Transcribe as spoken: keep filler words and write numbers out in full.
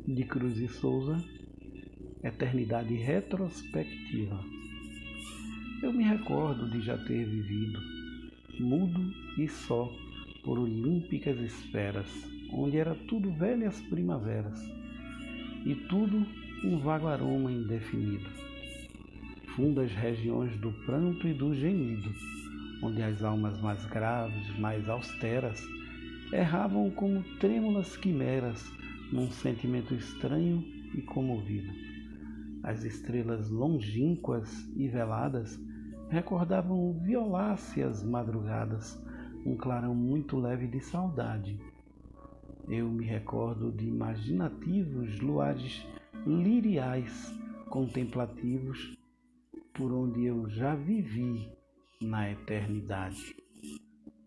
de Cruz e Souza, Eternidade Retrospectiva. Eu me recordo de já ter vivido, mudo e só, por olímpicas esferas, onde era tudo velhas primaveras, e tudo um vago aroma indefinido. Fundas regiões do pranto e do gemido, onde as almas mais graves, mais austeras, erravam como trêmulas quimeras num sentimento estranho e comovido. As estrelas longínquas e veladas recordavam violáceas madrugadas, um clarão muito leve de saudade. Eu me recordo de imaginativos luares liriais, contemplativos, por onde eu já vivi na eternidade.